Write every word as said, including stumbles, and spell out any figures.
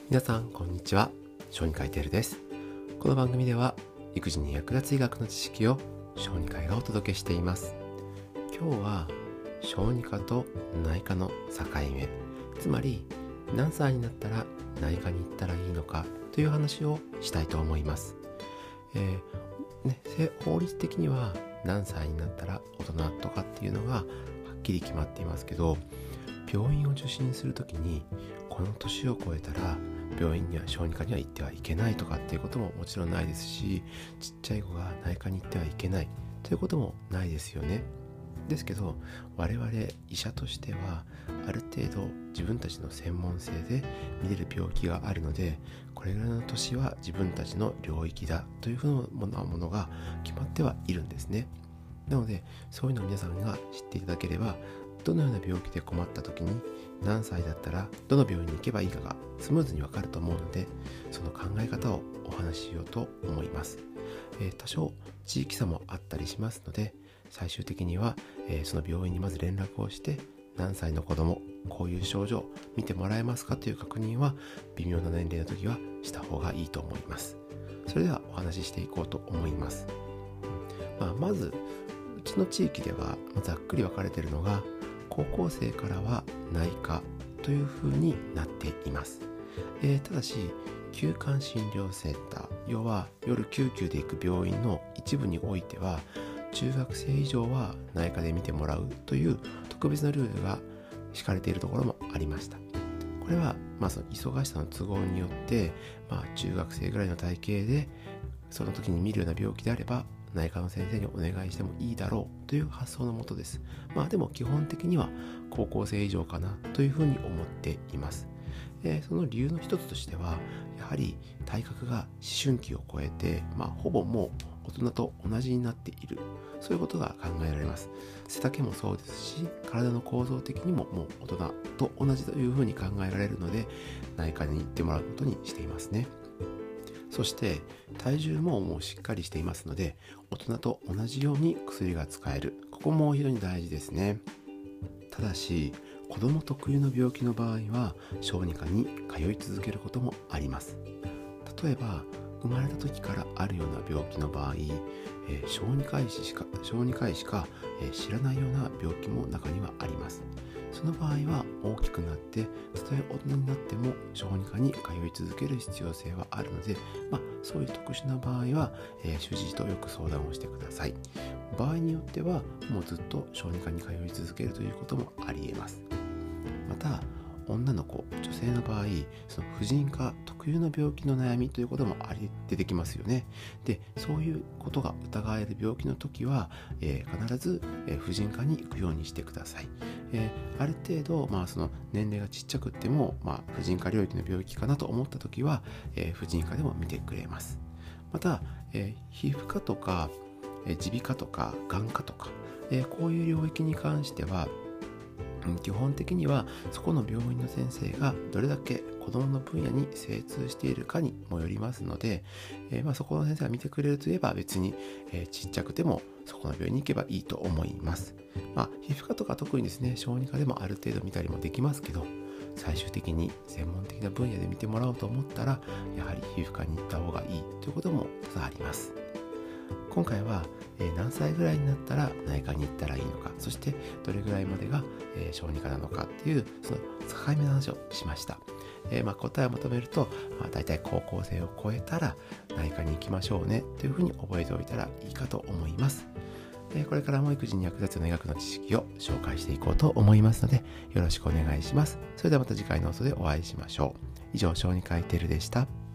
皆さんこんにちは。小児科医テルです。この番組では育児に役立つ医学の知識を小児科医がお届けしています。今日は小児科と内科の境目、つまり何歳になったら内科に行ったらいいのかという話をしたいと思います。えーね、法律的には何歳になったら大人とかっていうのがはっきり決まっていますけど、病院を受診するときにこの年を超えたら病院には小児科には行ってはいけないとかっていうことももちろんないですし、ちっちゃい子が内科に行ってはいけないということもないですよね。ですけど我々医者としてはある程度自分たちの専門性で見れる病気があるので、これぐらいの年は自分たちの領域だというふうなものが決まってはいるんですね。なのでそういうのを皆さんが知っていただければ、どのような病気で困った時に何歳だったらどの病院に行けばいいかがスムーズにわかると思うので、その考え方をお話ししようと思います。えー、多少地域差もあったりしますので、最終的には、えー、その病院にまず連絡をして、何歳の子供こういう症状見てもらえますかという確認は微妙な年齢の時はした方がいいと思います。それではお話ししていこうと思います。まあ、まずうちの地域ではざっくり分かれているのが、高校生からは内科というふうになっています。えー、ただし休館診療センター、要は夜救急で行く病院の一部においては中学生以上は内科で見てもらうという特別なルールが敷かれているところもありました。これは、まあ、その忙しさの都合によって、まあ、中学生ぐらいの体型でその時に見るような病気であれば内科の先生にお願いしてもいいだろうという発想のもとです。まあでも基本的には高校生以上かなというふうに思っています。えー、その理由の一つとしては、やはり体格が思春期を超えて、まあ、ほぼもう大人と同じになっている、そういうことが考えられます。背丈もそうですし、体の構造的にももう大人と同じというふうに考えられるので、内科に行ってもらうことにしていますね。そして体重ももうしっかりしていますので、大人と同じように薬が使える、ここも非常に大事ですね。ただし子ども特有の病気の場合は小児科に通い続けることもあります。例えば生まれた時からあるような病気の場合、えー、小児科医師しか小児科医しか、えー、知らないような病気も中にはあります。その場合は大きくなってたとえ大人になっても小児科に通い続ける必要性はあるので、まあ、そういう特殊な場合は、えー、主治医とよく相談をしてください。場合によってはもうずっと小児科に通い続けるということもあり得ます。また女の子、女性の場合、その婦人科特有の病気の悩みということもあり出てきますよね。で、そういうことが疑える病気の時は、えー、必ず、えー、婦人科に行くようにしてください。えー、ある程度、まあ、その年齢がちっちゃくっても、まあ、婦人科領域の病気かなと思った時は、えー、婦人科でも見てくれます。また、えー、皮膚科とか耳鼻科とか眼科とか、えー、こういう領域に関しては基本的にはそこの病院の先生がどれだけ子どもの分野に精通しているかにもよりますので、えー、まあそこの先生が見てくれるといえば別に、えー、ちっちゃくてもそこの病院に行けばいいと思います。まあ、皮膚科とか特にですね、小児科でもある程度見たりもできますけど、最終的に専門的な分野で見てもらおうと思ったらやはり皮膚科に行った方がいいということも多々あります。今回は、えー、何歳ぐらいになったら内科に行ったらいいのか、そしてどれぐらいまでが、えー、小児科なのかっていうその境目の話をしました。えーまあ、答えを求めると、まあ、大体高校生を超えたら内科に行きましょうねというふうに覚えておいたらいいかと思います。えー、これからも育児に役立つような医学の知識を紹介していこうと思いますので、よろしくお願いします。それではまた次回の放送でお会いしましょう。以上、小児科医テルでした。